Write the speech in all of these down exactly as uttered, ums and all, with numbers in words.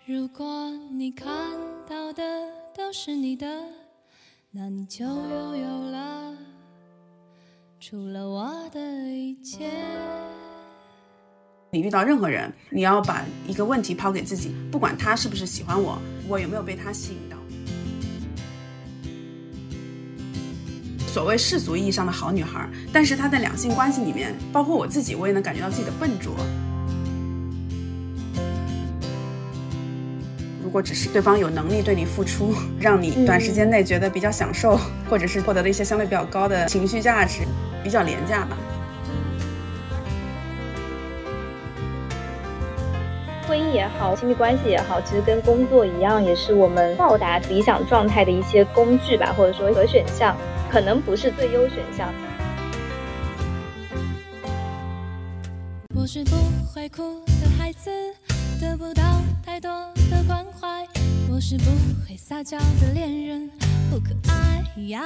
如果你看到的都是你的，那你就拥有了除了我的一切。 你遇到任何人，你要把一个问题抛给自己，不管他是不是喜欢我，我有没有被他吸引到。所谓世俗意义上的好女孩，但是她在两性关系里面，包括我自己，我也能感觉到自己的笨拙。如果只是对方有能力对你付出，让你短时间内觉得比较享受，或者是获得了一些相对比较高的情绪价值，比较廉价吧。 婚姻也好，亲密关系也好，其实跟工作一样，也是我们到达理想状态的一些工具吧，或者说可选项，可能不是最优选项。 我是不会哭的孩子，得不到太多的关怀，我是不会撒娇的恋人，不可爱，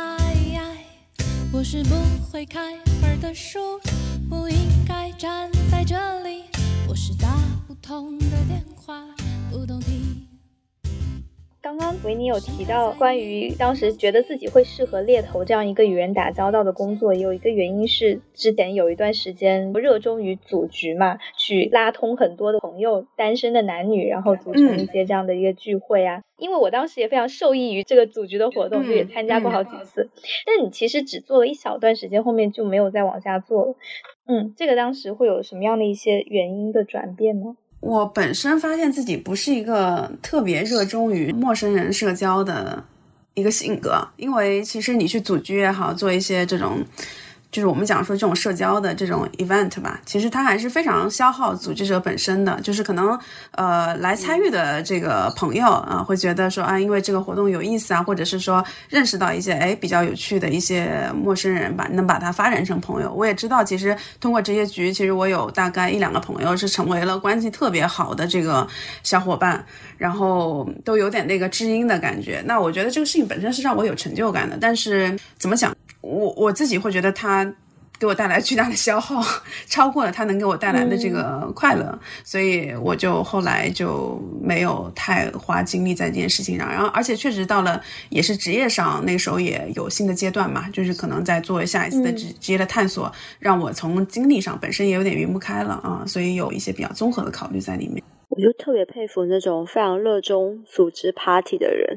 我是不会开花的树，不应该站在这里，我是打不通的电话，不懂听。 刚刚维尼有提到关于当时觉得自己会适合猎头这样一个与人打交道的工作，也有一个原因是之前有一段时间热衷于组局嘛，去拉通很多的朋友，单身的男女，然后组成一些这样的一个聚会啊、嗯、因为我当时也非常受益于这个组局的活动、嗯、就也参加过好几次、嗯、但你其实只做了一小段时间，后面就没有再往下做了。嗯，这个当时会有什么样的一些原因的转变吗？ 我本身发现自己不是一个特别热衷于陌生人社交的一个性格，因为其实你去组局也好，做一些这种就是我们讲说这种社交的这种 event 吧，其实它还是非常消耗组织者本身的，就是可能呃来参与的这个朋友啊、呃、会觉得说啊，因为这个活动有意思啊，或者是说认识到一些哎比较有趣的一些陌生人吧，能把它发展成朋友。我也知道其实通过这些局，其实我有大概一两个朋友是成为了关系特别好的这个小伙伴，然后都有点那个知音的感觉。那我觉得这个事情本身是让我有成就感的，但是怎么讲，我我自己会觉得它给我带来巨大的消耗，超过了它能给我带来的这个快乐、嗯、所以我就后来就没有太花精力在这件事情上。然后而且确实到了也是职业上，那时候也有新的阶段嘛，就是可能在做下一次的职职业的探索、嗯、让我从精力上本身也有点晕不开了啊，所以有一些比较综合的考虑在里面。 我就特别佩服那种非常热衷组织 party 的人，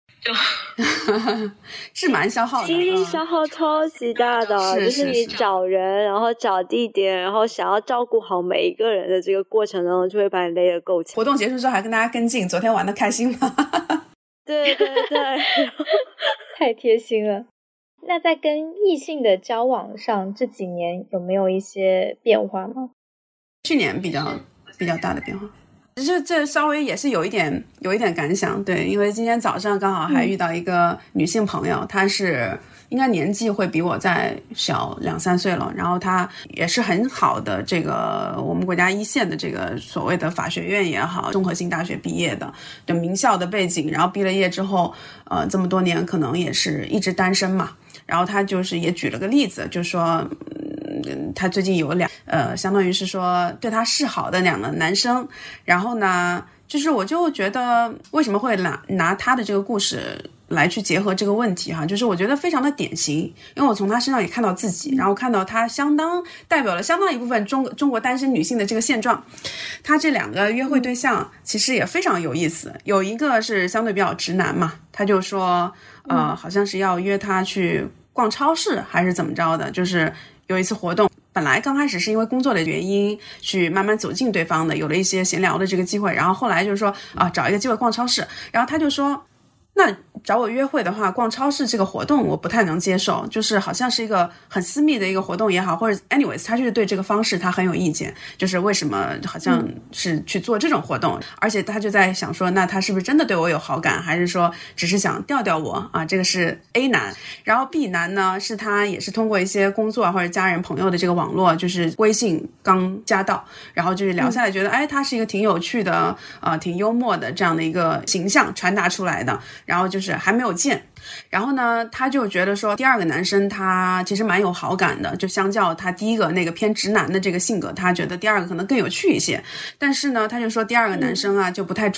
就是蛮消耗的， 精力消耗超级大的、嗯、就是你找人，然后找地点，然后想要照顾好每一个人的这个过程当中，就会把你累得够呛。 活动结束之后还跟大家跟进昨天玩的开心吗？ 对对对太贴心了。那在跟异性的交往上这几年有没有一些变化吗？ 去年比较比较大的变化，其实这稍微也是有一点有一点感想。对，因为今天早上刚好还遇到一个女性朋友、嗯、她是应该年纪会比我再小两三岁了，然后她也是很好的这个我们国家一线的这个所谓的法学院也好，综合性大学毕业的，就名校的背景，然后毕了业之后呃，这么多年可能也是一直单身嘛，然后她就是也举了个例子，就说他最近有两呃，相当于是说对他示好的两个男生，然后呢，就是我就觉得为什么会拿拿他的这个故事来去结合这个问题哈，就是我觉得非常的典型，因为我从他身上也看到自己，然后看到他相当代表了相当一部分中中国单身女性的这个现状。他这两个约会对象其实也非常有意思，有一个是相对比较直男嘛，他就说呃，好像是要约他去逛超市还是怎么着的，就是有一次活动，本来刚开始是因为工作的原因去慢慢走近对方的，有了一些闲聊的这个机会，然后后来就是说啊，找一个机会逛超市，然后他就说那找我约会的话，逛超市这个活动我不太能接受，就是好像是一个很私密的一个活动也好，或者 anyways 他就是对这个方式他很有意见，就是为什么好像是去做这种活动、嗯、而且他就在想说那他是不是真的对我有好感，还是说只是想吊吊我啊？这个是 A 男。然后 B 男呢，是他也是通过一些工作或者家人朋友的这个网络，就是微信刚加到，然后就是聊下来觉得、嗯、哎他是一个挺有趣的呃挺幽默的这样的一个形象传达出来的，然后就是还没有见，然后呢他就觉得说第二个男生他其实蛮有好感的，就相较他第一个那个偏直男的这个性格，他觉得第二个可能更有趣一些，但是呢他就说第二个男生啊就不太主动，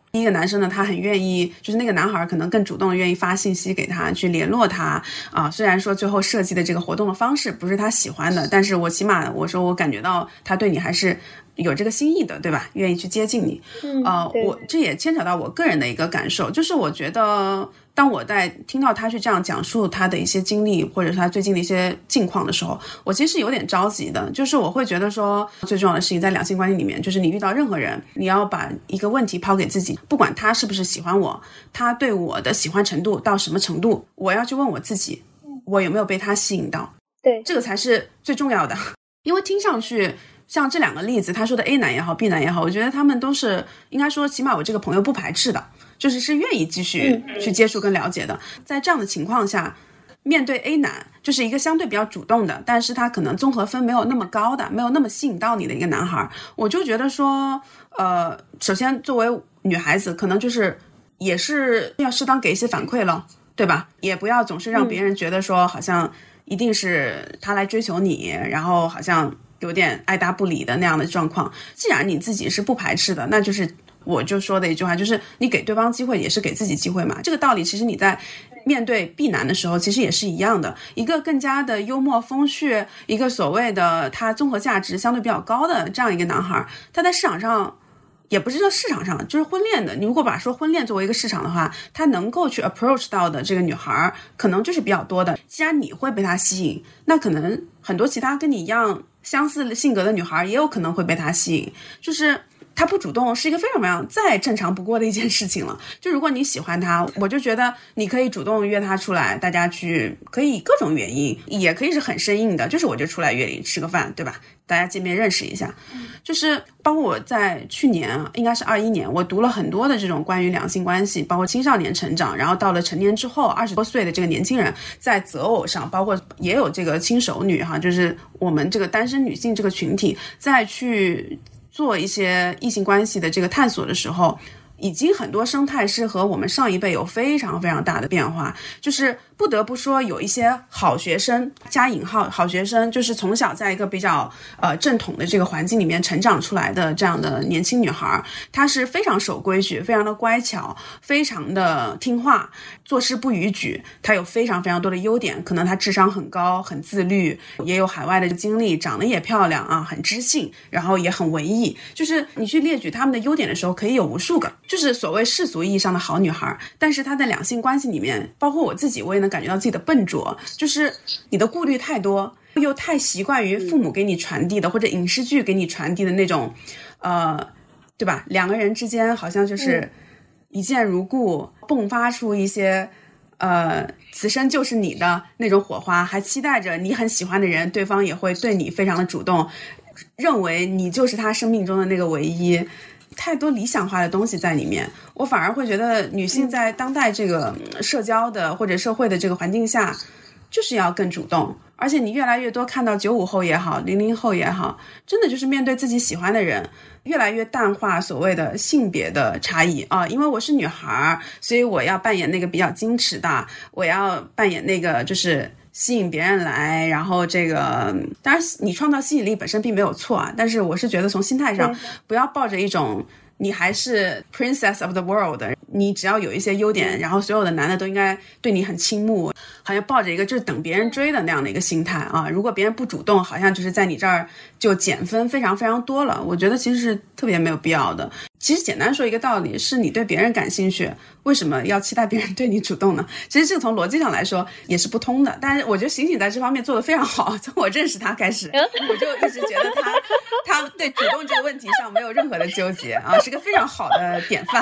第一个男生呢，他很愿意，就是那个男孩可能更主动的愿意发信息给他，去联络他啊。虽然说最后设计的这个活动的方式不是他喜欢的，但是我起码我说我感觉到他对你还是有这个心意的，对吧？愿意去接近你。 嗯， 呃，我这也牵扯到我个人的一个感受，就是我觉得当我在听到他去这样讲述他的一些经历，或者是他最近的一些境况的时候，我其实是有点着急的。就是我会觉得说，最重要的事情在两性关系里面，就是你遇到任何人，你要把一个问题抛给自己，不管他是不是喜欢我，他对我的喜欢程度到什么程度，我要去问我自己，我有没有被他吸引到？ 对， 这个才是最重要的。因为听上去像这两个例子，他说的 A 男也好 B 男也好，我觉得他们都是应该说起码我这个朋友不排斥的，就是是愿意继续去接触跟了解的。在这样的情况下，面对 A 男就是一个相对比较主动的，但是他可能综合分没有那么高的，没有那么吸引到你的一个男孩，我就觉得说呃，首先作为女孩子可能就是也是要适当给一些反馈了，对吧？也不要总是让别人觉得说好像一定是他来追求你，然后好像有点爱答不理的那样的状况。既然你自己是不排斥的，那就是我就说的一句话，就是你给对方机会也是给自己机会嘛。这个道理其实你在面对 B 男的时候其实也是一样的，一个更加的幽默风趣，一个所谓的他综合价值相对比较高的这样一个男孩，他在市场上也不是说市场上，就是婚恋的，你如果把说婚恋作为一个市场的话，他能够去 approach 到的这个女孩可能就是比较多的。既然你会被他吸引，那可能很多其他跟你一样相似性格的女孩也有可能会被他吸引。就是他不主动是一个非常非常再正常不过的一件事情了。就如果你喜欢他，我就觉得你可以主动约他出来，大家去可以各种原因，也可以是很生硬的，就是我就出来约你吃个饭，对吧？大家见面认识一下。就是包括我在去年应该是二一年，我读了很多的这种关于两性关系，包括青少年成长，然后到了成年之后二十多岁的这个年轻人在择偶上，包括也有这个轻熟女哈，就是我们这个单身女性这个群体再去做一些异性关系的这个探索的时候，已经很多生态是和我们上一辈有非常非常大的变化。就是不得不说有一些好学生加引号好学生，就是从小在一个比较呃正统的这个环境里面成长出来的这样的年轻女孩，她是非常守规矩，非常的乖巧，非常的听话，做事不逾矩，她有非常非常多的优点，可能她智商很高，很自律，也有海外的经历，长得也漂亮啊，很知性，然后也很文艺。就是你去列举她们的优点的时候可以有无数个，就是所谓世俗意义上的好女孩。但是她在两性关系里面，包括我自己，我也能感觉到自己的笨拙，就是你的顾虑太多，又太习惯于父母给你传递的或者影视剧给你传递的那种呃，对吧？两个人之间好像就是一见如故，迸发出一些呃此生就是你的那种火花，还期待着你很喜欢的人对方也会对你非常的主动，认为你就是他生命中的那个唯一。太多理想化的东西在里面，我反而会觉得女性在当代这个社交的或者社会的这个环境下就是要更主动。而且你越来越多看到九五后也好，零零后也好，真的就是面对自己喜欢的人越来越淡化所谓的性别的差异啊，因为我是女孩，所以我要扮演那个比较矜持的，我要扮演那个就是吸引别人来，然后这个当然你创造吸引力本身并没有错啊，但是我是觉得从心态上不要抱着一种你还是 princess of the world， 你只要有一些优点，然后所有的男的都应该对你很倾慕，好像抱着一个就是等别人追的那样的一个心态啊。如果别人不主动，好像就是在你这儿就减分非常非常多了，我觉得其实是特别没有必要的。其实简单说一个道理，是你对别人感兴趣，为什么要期待别人对你主动呢？其实这个从逻辑上来说也是不通的。但是我觉得醒醒在这方面做得非常好，从我认识他开始，我就一直觉得他他对主动这个问题上没有任何的纠结啊，是个非常好的典范。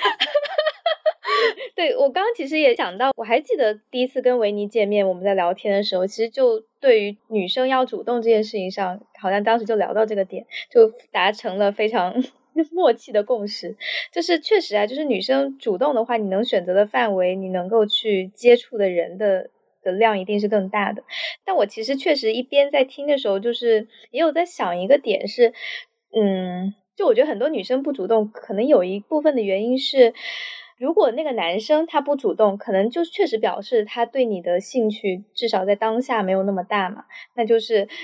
对，我刚刚其实也讲到，我还记得第一次跟维尼见面，我们在聊天的时候，其实就对于女生要主动这件事情上，好像当时就聊到这个点，就达成了非常默契的共识。就是确实啊，就是女生主动的话，你能选择的范围，你能够去接触的人的的量一定是更大的。但我其实确实一边在听的时候，就是也有在想一个点是，嗯，就我觉得很多女生不主动，可能有一部分的原因是，如果那个男生他不主动，可能就确实表示他对你的兴趣至少在当下没有那么大嘛，那就是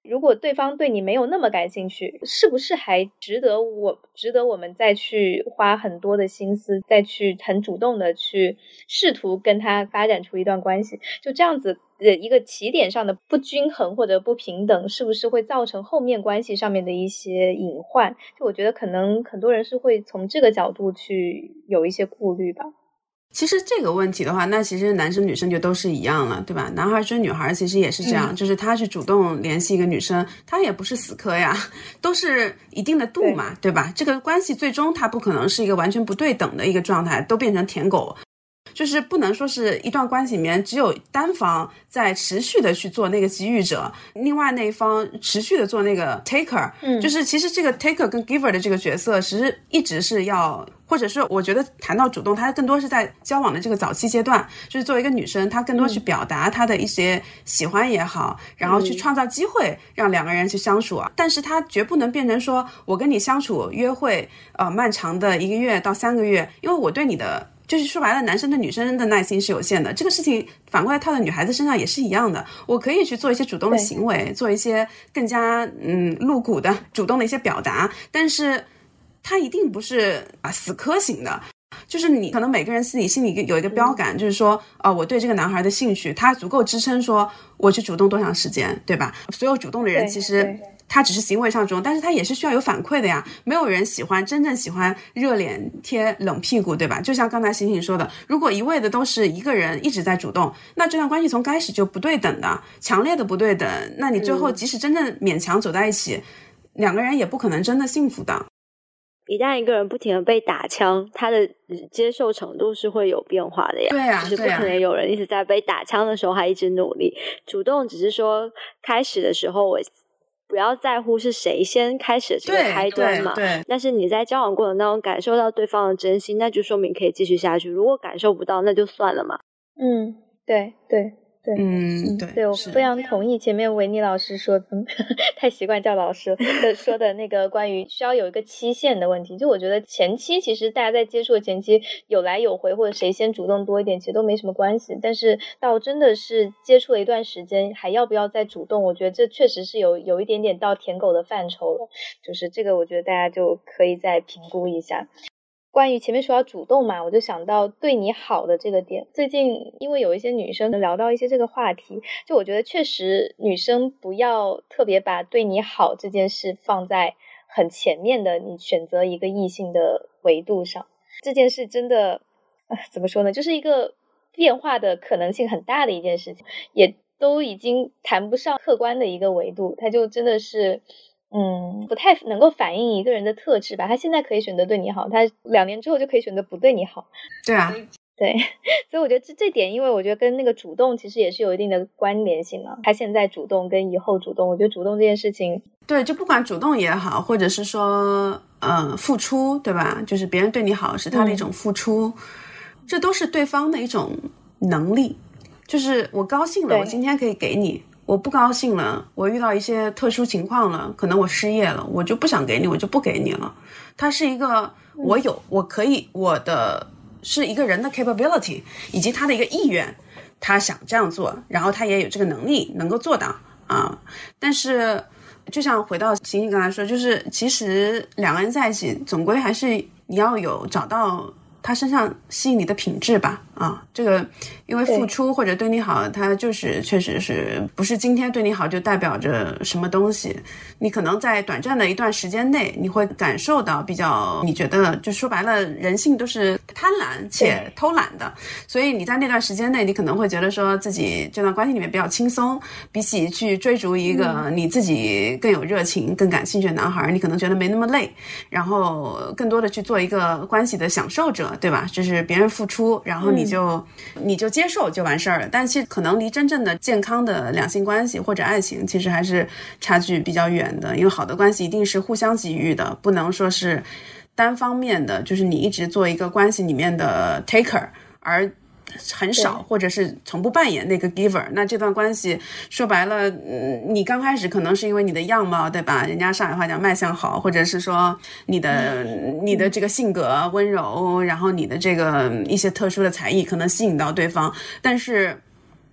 如果对方对你没有那么感兴趣，是不是还值得我值得我们再去花很多的心思，再去很主动的去试图跟他发展出一段关系？就这样子的一个起点上的不均衡或者不平等，是不是会造成后面关系上面的一些隐患？就我觉得可能很多人是会从这个角度去有一些顾虑吧。 其实这个问题的话，那其实男生女生就都是一样了，对吧？男孩追女孩其实也是这样、嗯、就是他去主动联系一个女生，他也不是死磕呀，都是一定的度嘛， 对, 对吧？这个关系最终它不可能是一个完全不对等的一个状态，都变成舔狗，就是不能说是一段关系里面只有单方在持续的去做那个给予者，另外那一方持续的做那个 taker、嗯、就是其实这个 taker 跟 giver 的这个角色其实一直是要，或者是我觉得谈到主动，它更多是在交往的这个早期阶段，就是作为一个女生她更多去表达她的一些喜欢也好、嗯、然后去创造机会让两个人去相处啊，但是她绝不能变成说我跟你相处约会呃漫长的一个月到三个月，因为我对你的就是说白了，男生对女生的耐心是有限的，这个事情反过来套到女孩子身上也是一样的。我可以去做一些主动的行为，做一些更加嗯露骨的主动的一些表达，但是它一定不是啊死磕型的。就是你可能每个人自己心里有一个标杆、嗯、就是说啊、呃，我对这个男孩的兴趣他足够支撑说我去主动多长时间，对吧？所有主动的人其实他只是行为上主动，但是他也是需要有反馈的呀。没有人喜欢真正喜欢热脸贴冷屁股，对吧？就像刚才醒醒说的，如果一味的都是一个人一直在主动，那这段关系从开始就不对等的，强烈的不对等，那你最后即使真正勉强走在一起、嗯、两个人也不可能真的幸福的。 一旦一个人不停的被打枪，他的接受程度是会有变化的呀。 对啊， 就是不可能有人一直在被打枪的时候还一直努力、啊、主动，只是说开始的时候我不要在乎是谁先开始这个开端嘛。 对对对， 但是你在交往过程当中感受到对方的真心，那就说明可以继续下去，如果感受不到那就算了嘛。 嗯，对对对， 嗯，对， 对，我非常同意前面维尼老师说的，太习惯叫老师的说的那个关于需要有一个期限的问题。就我觉得前期其实大家在接触的前期有来有回，或者谁先主动多一点，其实都没什么关系。但是到真的是接触了一段时间，还要不要再主动？我觉得这确实是有有一点点到舔狗的范畴了。就是这个，我觉得大家就可以再评估一下。关于前面说要主动嘛，我就想到对你好的这个点。最近因为有一些女生聊到一些这个话题，就我觉得确实女生不要特别把对你好这件事放在很前面的你选择一个异性的维度上。这件事真的、呃、怎么说呢，就是一个变化的可能性很大的一件事情，也都已经谈不上客观的一个维度，它就真的是嗯，不太能够反映一个人的特质吧。他现在可以选择对你好，他两年之后就可以选择不对你好。 对啊， 对，所以我觉得这这点，因为我觉得跟那个主动其实也是有一定的关联性嘛。他现在主动跟以后主动，我觉得主动这件事情， 对，就不管主动也好，或者是说呃付出，对吧？就是别人对你好是他的一种付出、嗯、这都是对方的一种能力。就是我高兴了，我今天可以给你。我不高兴了，我遇到一些特殊情况了，可能我失业了，我就不想给你，我就不给你了。它是一个我有、嗯、我可以，我的是一个人的 capability 以及他的一个意愿，他想这样做，然后他也有这个能力能够做到啊。但是就像回到晴晴刚才说，就是其实两个人在一起总归还是你要有找到他身上吸引你的品质吧。啊，这个因为付出或者对你好，他就是确实是不是今天对你好就代表着什么东西。你可能在短暂的一段时间内你会感受到比较，你觉得就说白了人性都是贪婪且偷懒的，所以你在那段时间内你可能会觉得说自己这段关系里面比较轻松，比起去追逐一个你自己更有热情更感兴趣的男孩，你可能觉得没那么累，然后更多的去做一个关系的享受者，对吧？就是别人付出然后你就、嗯、你就接受就完事儿了。但其实可能离真正的健康的两性关系或者爱情其实还是差距比较远的，因为好的关系一定是互相给予的，不能说是单方面的，就是你一直做一个关系里面的 taker 而很少或者是从不扮演那个 giver， 那这段关系说白了、嗯、你刚开始可能是因为你的样貌，对吧？人家上海话讲卖相好，或者是说你的、嗯、你的这个性格温柔，然后你的这个一些特殊的才艺可能吸引到对方，但是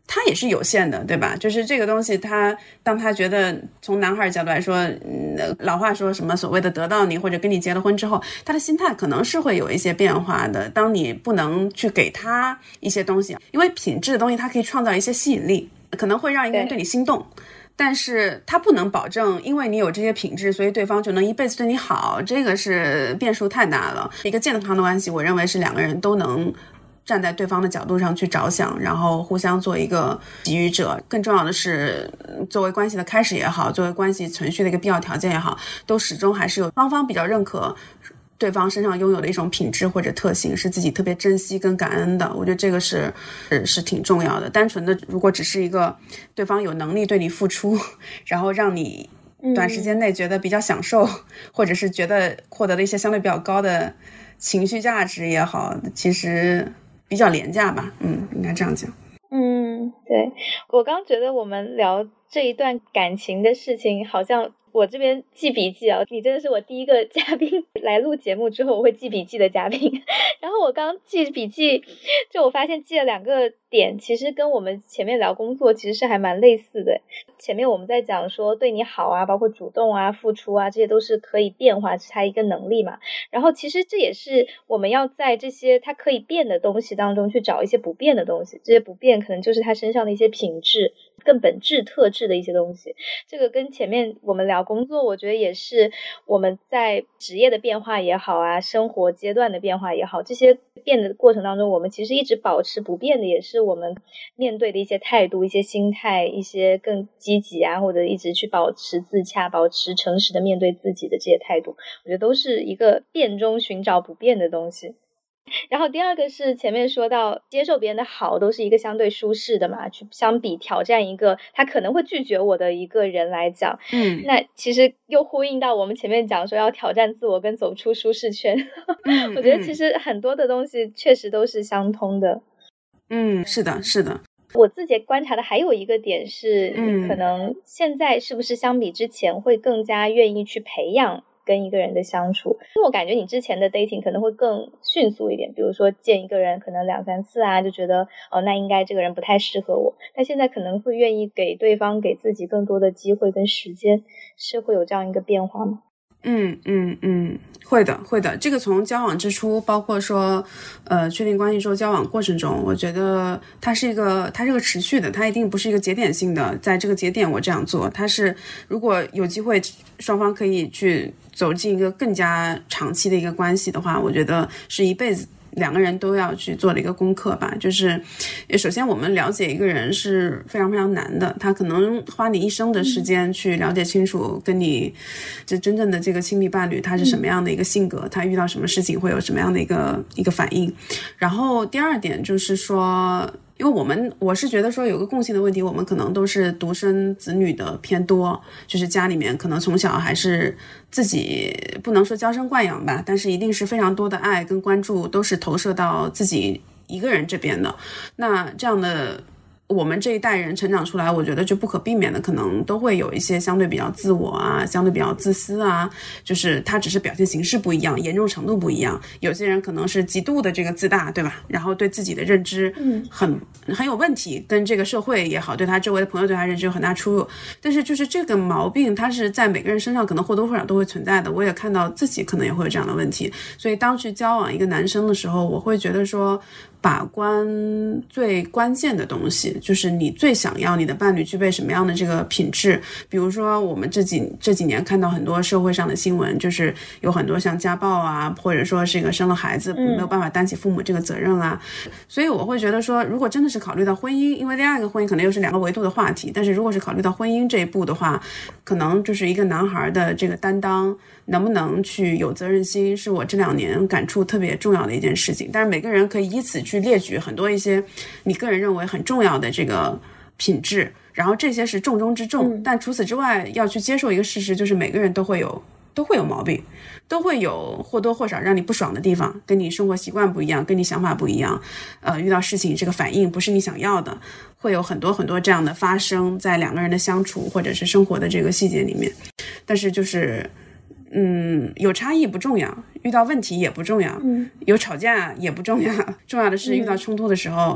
他也是有限的，对吧？就是这个东西他当他觉得从男孩角度来说、嗯、老话说什么所谓的得到你或者跟你结了婚之后，他的心态可能是会有一些变化的。当你不能去给他一些东西，因为品质的东西它可以创造一些吸引力，可能会让一个人对你心动，但是他不能保证因为你有这些品质所以对方就能一辈子对你好，这个是变数太大了。一个健康的关系我认为是两个人都能站在对方的角度上去着想，然后互相做一个给予者。更重要的是作为关系的开始也好，作为关系存续的一个必要条件也好，都始终还是有双方比较认可对方身上拥有的一种品质或者特性，是自己特别珍惜跟感恩的。我觉得这个是是是挺重要的。单纯的如果只是一个对方有能力对你付出，然后让你短时间内觉得比较享受、嗯、或者是觉得获得了一些相对比较高的情绪价值也好，其实比较廉价吧，嗯，应该这样讲。 嗯，对，我刚觉得我们聊这一段感情的事情，好像我这边记笔记啊，你真的是我第一个嘉宾来录节目之后我会记笔记的嘉宾。然后我刚记笔记，就我发现记了两个点，其实跟我们前面聊工作其实是还蛮类似的。前面我们在讲说对你好啊，包括主动啊、付出啊，这些都是可以变化，是它一个能力嘛。然后其实这也是我们要在这些它可以变的东西当中去找一些不变的东西，这些不变可能就是他身上的一些品质，更本质特质的一些东西。这个跟前面我们聊工作，我觉得也是我们在职业的变化也好啊，生活阶段的变化也好，这些变的过程当中，我们其实一直保持不变的，也是我们面对的一些态度、一些心态、一些更积极啊，或者一直去保持自洽、保持诚实的面对自己的这些态度，我觉得都是一个变中寻找不变的东西。然后第二个是前面说到接受别人的好都是一个相对舒适的嘛，去相比挑战一个他可能会拒绝我的一个人来讲， 嗯， 那其实又呼应到我们前面讲说要挑战自我跟走出舒适圈。 嗯我觉得其实很多的东西确实都是相通的。 嗯，是的是的。 我自己观察的还有一个点是、嗯、可能现在是不是相比之前会更加愿意去培养跟一个人的相处，因为我感觉你之前的 dating 可能会更迅速一点，比如说见一个人可能两三次啊，就觉得哦那应该这个人不太适合我，但现在可能会愿意给对方给自己更多的机会跟时间，是会有这样一个变化吗？ 嗯嗯嗯，会的会的。这个从交往之初，包括说呃确定关系之后交往过程中，我觉得它是一个它是个持续的，它一定不是一个节点性的，在这个节点我这样做，它是如果有机会双方可以去走进一个更加长期的一个关系的话，我觉得是一辈子两个人都要去做的一个功课吧。就是首先我们了解一个人是非常非常难的，他可能花你一生的时间去了解清楚跟你就真正的这个亲密伴侣他是什么样的一个性格，他遇到什么事情会有什么样的一个一个反应。然后第二点就是说，因为我们我是觉得说有个共性的问题，我们可能都是独生子女的偏多，就是家里面可能从小还是自己不能说娇生惯养吧，但是一定是非常多的爱跟关注都是投射到自己一个人这边的。那这样的我们这一代人成长出来，我觉得就不可避免的可能都会有一些相对比较自我啊，相对比较自私啊，就是他只是表现形式不一样，严重程度不一样。有些人可能是极度的这个自大，对吧？然后对自己的认知很、嗯、很有问题，跟这个社会也好，对他周围的朋友对他认知有很大出入。但是就是这个毛病它是在每个人身上可能或多或少都会存在的，我也看到自己可能也会有这样的问题。所以当去交往一个男生的时候，我会觉得说把关最关键的东西，就是你最想要你的伴侣具备什么样的这个品质。比如说我们这几这几年看到很多社会上的新闻，就是有很多像家暴啊，或者说是一个生了孩子没有办法担起父母这个责任啊、嗯、所以我会觉得说，如果真的是考虑到婚姻，因为第二个婚姻可能又是两个维度的话题，但是如果是考虑到婚姻这一步的话，可能就是一个男孩的这个担当能不能去有责任心，是我这两年感触特别重要的一件事情。但是每个人可以依此去列举很多一些你个人认为很重要的这个品质，然后这些是重中之重、嗯、但除此之外要去接受一个事实，就是每个人都会有都会有毛病，都会有或多或少让你不爽的地方，跟你生活习惯不一样，跟你想法不一样，呃，遇到事情这个反应不是你想要的，会有很多很多这样的发生在两个人的相处或者是生活的这个细节里面。但是就是嗯，有差异不重要，遇到问题也不重要、嗯、有吵架也不重要，重要的是遇到冲突的时候、嗯、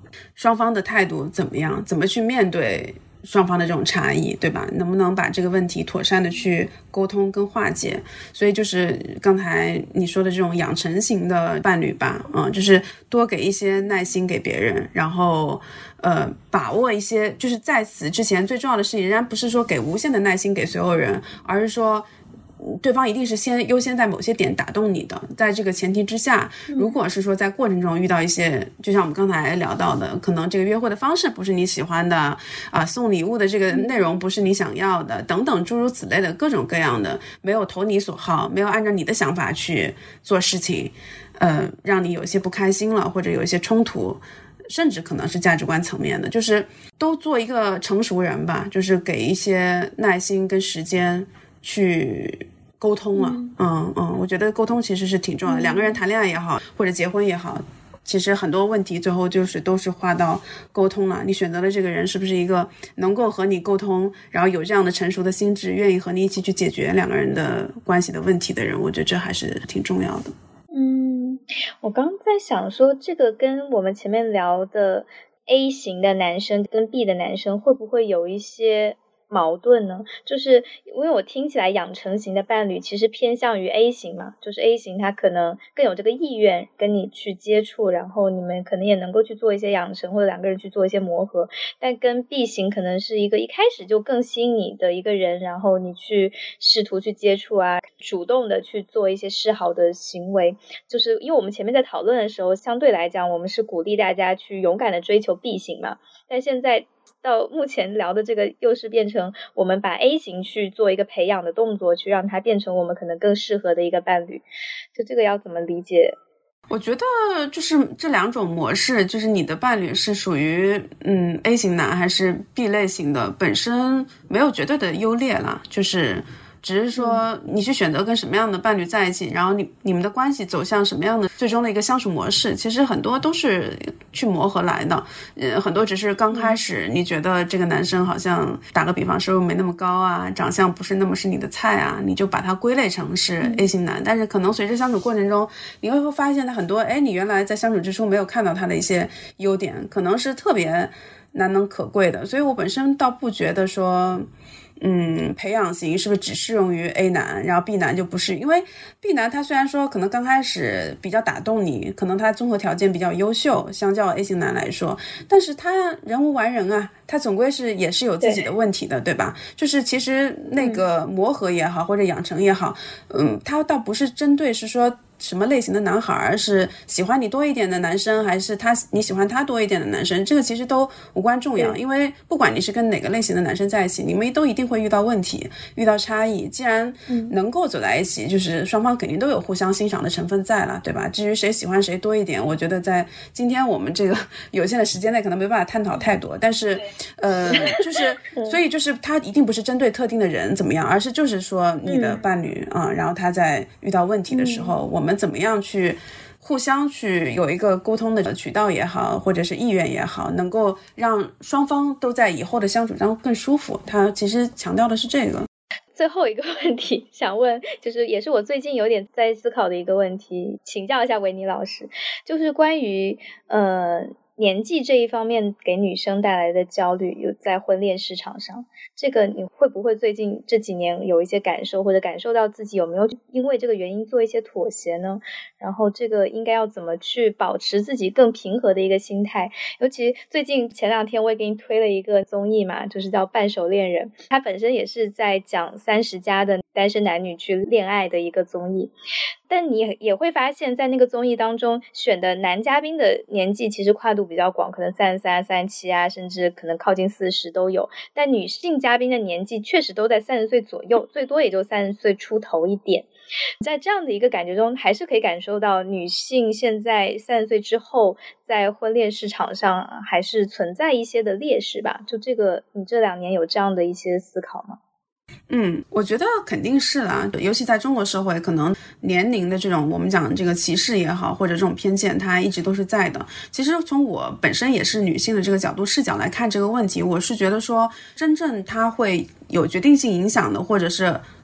双方的态度怎么样，怎么去面对双方的这种差异，对吧？能不能把这个问题妥善的去沟通跟化解？所以就是刚才你说的这种养成型的伴侣吧，嗯，就是多给一些耐心给别人，然后呃，把握一些，就是在此之前最重要的事情，仍然不是说给无限的耐心给所有人，而是说对方一定是先优先在某些点打动你的，在这个前提之下，如果是说在过程中遇到一些，就像我们刚才聊到的，可能这个约会的方式不是你喜欢的啊、呃，送礼物的这个内容不是你想要的，等等诸如此类的各种各样的，没有投你所好，没有按照你的想法去做事情，呃，让你有一些不开心了，或者有一些冲突，甚至可能是价值观层面的，就是都做一个成熟人吧，就是给一些耐心跟时间去沟通了。嗯 嗯, 嗯我觉得沟通其实是挺重要的、嗯、两个人谈恋爱也好，或者结婚也好，其实很多问题最后就是都是划到沟通了。你选择的这个人是不是一个能够和你沟通，然后有这样的成熟的心智，愿意和你一起去解决两个人的关系的问题的人，我觉得这还是挺重要的。 嗯，我刚在想说，这个跟我们前面聊的 A 型的男生跟 B 的男生会不会有一些矛盾呢？就是因为我听起来养成型的伴侣其实偏向于 A 型嘛，就是 A 型他可能更有这个意愿跟你去接触，然后你们可能也能够去做一些养成，或者两个人去做一些磨合，但跟 B 型可能是一个一开始就更吸引你的一个人，然后你去试图去接触啊，主动的去做一些示好的行为。就是因为我们前面在讨论的时候，相对来讲我们是鼓励大家去勇敢的追求 B 型嘛，但现在到目前聊的这个又是变成我们把 A 型去做一个培养的动作，去让它变成我们可能更适合的一个伴侣，就这个要怎么理解？ 我觉得就是这两种模式，就是你的伴侣是属于嗯 A 型男还是 B 类型的，本身没有绝对的优劣啦，就是只是说你去选择跟什么样的伴侣在一起，然后你你们的关系走向什么样的最终的一个相处模式，其实很多都是去磨合来的。呃，很多只是刚开始你觉得这个男生好像打个比方收入没那么高啊，长相不是那么是你的菜啊，你就把他归类成是 A 型男，但是可能随着相处过程中，你会发现他很多，哎，你原来在相处之初没有看到他的一些优点，可能是特别难能可贵的。所以我本身倒不觉得说嗯，培养型是不是只适用于 A 男，然后 B 男就不是？因为 B 男他虽然说可能刚开始比较打动你，可能他综合条件比较优秀，相较 A 型男来说，但是他人无完人啊，他总归是也是有自己的问题的， 对, 对吧？就是其实那个磨合也好，嗯、或者养成也好，嗯，他倒不是针对是说什么类型的男孩，是喜欢你多一点的男生，还是他你喜欢他多一点的男生，这个其实都无关重要。因为不管你是跟哪个类型的男生在一起，你们都一定会遇到问题，遇到差异。既然能够走在一起，就是双方肯定都有互相欣赏的成分在了，对吧？至于谁喜欢谁多一点，我觉得在今天我们这个有限的时间内可能没办法探讨太多，但是呃，就是所以就是他一定不是针对特定的人怎么样，而是就是说你的伴侣啊、嗯，然后他在遇到问题的时候，我们怎么样去互相去有一个沟通的渠道也好，或者是意愿也好，能够让双方都在以后的相处中更舒服，他其实强调的是这个。 最后一个问题想问，就是也是我最近有点在思考的一个问题，请教一下维尼老师，就是关于呃年纪这一方面给女生带来的焦虑，有在婚恋市场上，这个你会不会最近这几年有一些感受，或者感受到自己有没有因为这个原因做一些妥协呢？然后这个应该要怎么去保持自己更平和的一个心态？尤其最近前两天我也给你推了一个综艺嘛，就是叫《半熟恋人》，它本身也是在讲三十加的单身男女去恋爱的一个综艺，但你也会发现在那个综艺当中选的男嘉宾的年纪其实跨度比较广，可能三十三、三十七啊，甚至可能靠近四十都有，但女性嘉宾的年纪确实都在三十岁左右，最多也就三十岁出头一点。在这样的一个感觉中，还是可以感受到女性现在三十岁之后在婚恋市场上还是存在一些的劣势吧，就这个你这两年有这样的一些思考吗？ 嗯，我觉得肯定是啦，尤其在中国社会，可能年龄的这种我们讲这个歧视也好，或者这种偏见，它一直都是在的。其实从我本身也是女性的这个角度视角来看这个问题，我是觉得说真正它会有决定性影响的，或者是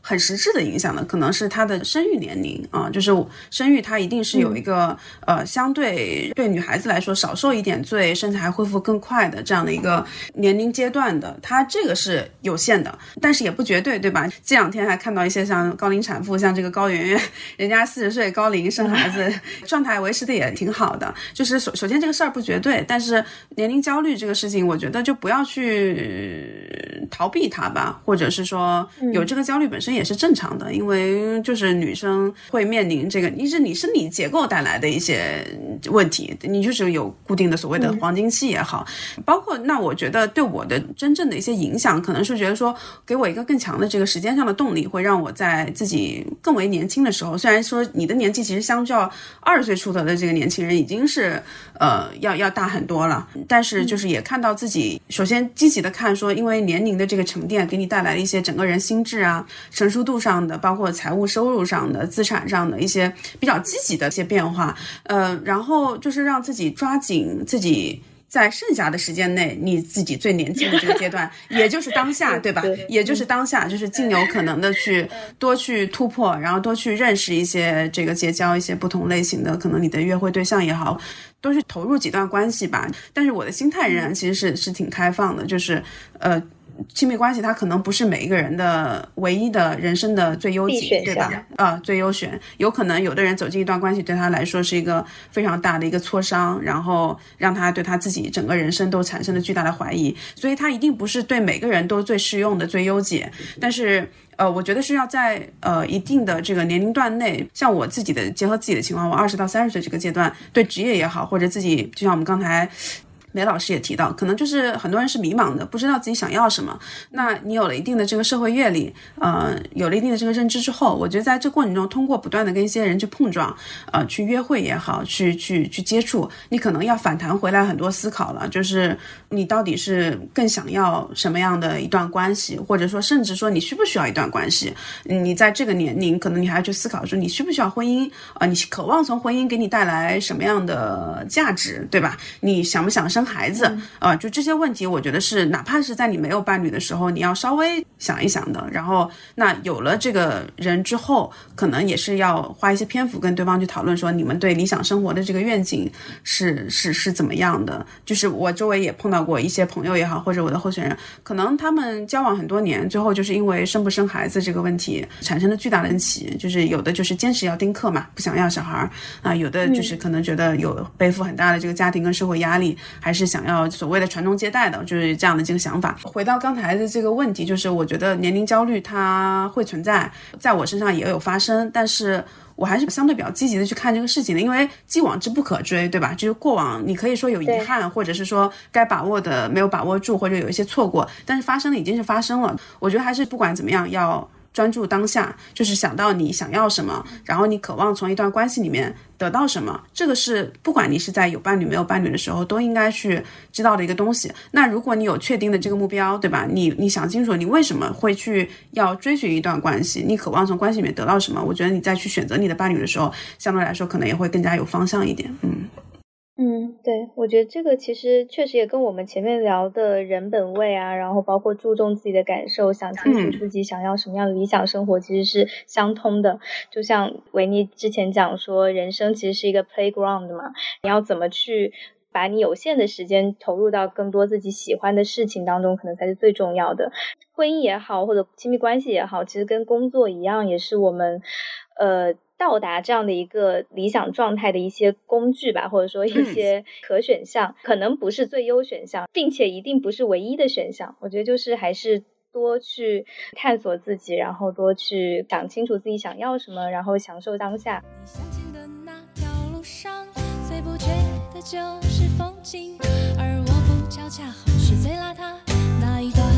很实质的影响的，可能是她的生育年龄啊，就是生育它一定是有一个、嗯、呃相对对女孩子来说少受一点罪，身材恢复更快的这样的一个年龄阶段的，它这个是有限的，但是也不绝对，对吧？这两天还看到一些像高龄产妇，像这个高圆圆，人家四十岁高龄生孩子，状态维持的也挺好的。就是首首先这个事儿不绝对，但是年龄焦虑这个事情，我觉得就不要去逃避它吧，或者是说有这个焦虑本身也是正常的，因为就是女生会面临这个，你是你生理结构带来的一些问题，你就是有固定的所谓的黄金期也好，包括那我觉得对我的真正的一些影响，可能是觉得说给我一个更强的这个时间上的动力，会让我在自己更为年轻的时候，虽然说你的年纪其实相较二十岁出头的这个年轻人已经是呃要要大很多了，但是就是也看到自己首先积极的看说，因为年龄的这个沉淀给你带来了一些整个人心智啊成熟度上的，包括财务收入上的资产上的一些比较积极的一些变化，呃，然后就是让自己抓紧自己在剩下的时间内你自己最年轻的这个阶段也就是当下对吧，也就是当下，就是尽有可能的去多去突破，然后多去认识一些这个结交一些不同类型的可能你的约会对象也好，多去投入几段关系吧。但是我的心态仍然其实是是挺开放的，就是呃亲密关系它可能不是每一个人的唯一的人生的最优解，对吧？呃，最优选，有可能有的人走进一段关系对他来说是一个非常大的一个挫伤，然后让他对他自己整个人生都产生了巨大的怀疑，所以他一定不是对每个人都最适用的最优解。但是呃，我觉得是要在呃一定的这个年龄段内，像我自己的结合自己的情况，我二十到三十岁这个阶段，对职业也好，或者自己就像我们刚才梅老师也提到，可能就是很多人是迷茫的，不知道自己想要什么。那你有了一定的这个社会阅历，呃，有了一定的这个认知之后，我觉得在这过程中，通过不断的跟一些人去碰撞，呃，去约会也好，去去去接触，你可能要反弹回来很多思考了，就是你到底是更想要什么样的一段关系，或者说甚至说你需不需要一段关系？你在这个年龄，可能你还要去思考说你需不需要婚姻啊、呃？你渴望从婚姻给你带来什么样的价值，对吧？你想不想生孩子啊、呃，就这些问题我觉得是哪怕是在你没有伴侣的时候你要稍微想一想的。然后那有了这个人之后，可能也是要花一些篇幅跟对方去讨论说你们对理想生活的这个愿景是是是怎么样的。就是我周围也碰到过一些朋友也好，或者我的候选人，可能他们交往很多年，最后就是因为生不生孩子这个问题产生了巨大的分歧，就是有的就是坚持要丁克嘛，不想要小孩啊，有的就是可能觉得有背负很大的这个家庭跟社会压力，还是想要所谓的传宗接代的，就是这样的这个想法。回到刚才的这个问题，就是我觉得年龄焦虑它会存在，在我身上也有发生，但是我还是相对比较积极的去看这个事情的，因为既往之不可追，对吧？就是过往你可以说有遗憾，或者是说该把握的没有把握住，或者有一些错过，但是发生了已经是发生了。我觉得还是不管怎么样要专注当下，就是想到你想要什么，然后你渴望从一段关系里面得到什么，这个是不管你是在有伴侣没有伴侣的时候都应该去知道的一个东西。那如果你有确定的这个目标，对吧？你你想清楚你为什么会去要追寻一段关系，你渴望从关系里面得到什么，我觉得你再去选择你的伴侣的时候，相对来说可能也会更加有方向一点。嗯嗯，对，我觉得这个其实确实也跟我们前面聊的人本位啊，然后包括注重自己的感受，想清楚自己想要什么样的理想生活，其实是相通的。就像维尼之前讲说，人生其实是一个 playground 嘛，你要怎么去把你有限的时间投入到更多自己喜欢的事情当中，可能才是最重要的。婚姻也好，或者亲密关系也好，其实跟工作一样，也是我们呃到达这样的一个理想状态的一些工具吧，或者说一些可选项，可能不是最优选项，并且一定不是唯一的选项。我觉得就是还是多去探索自己，然后多去想清楚自己想要什么，然后享受当下。 你向前的那条路上，最不缺的就是风景，而我不巧恰好是最邋遢那一段。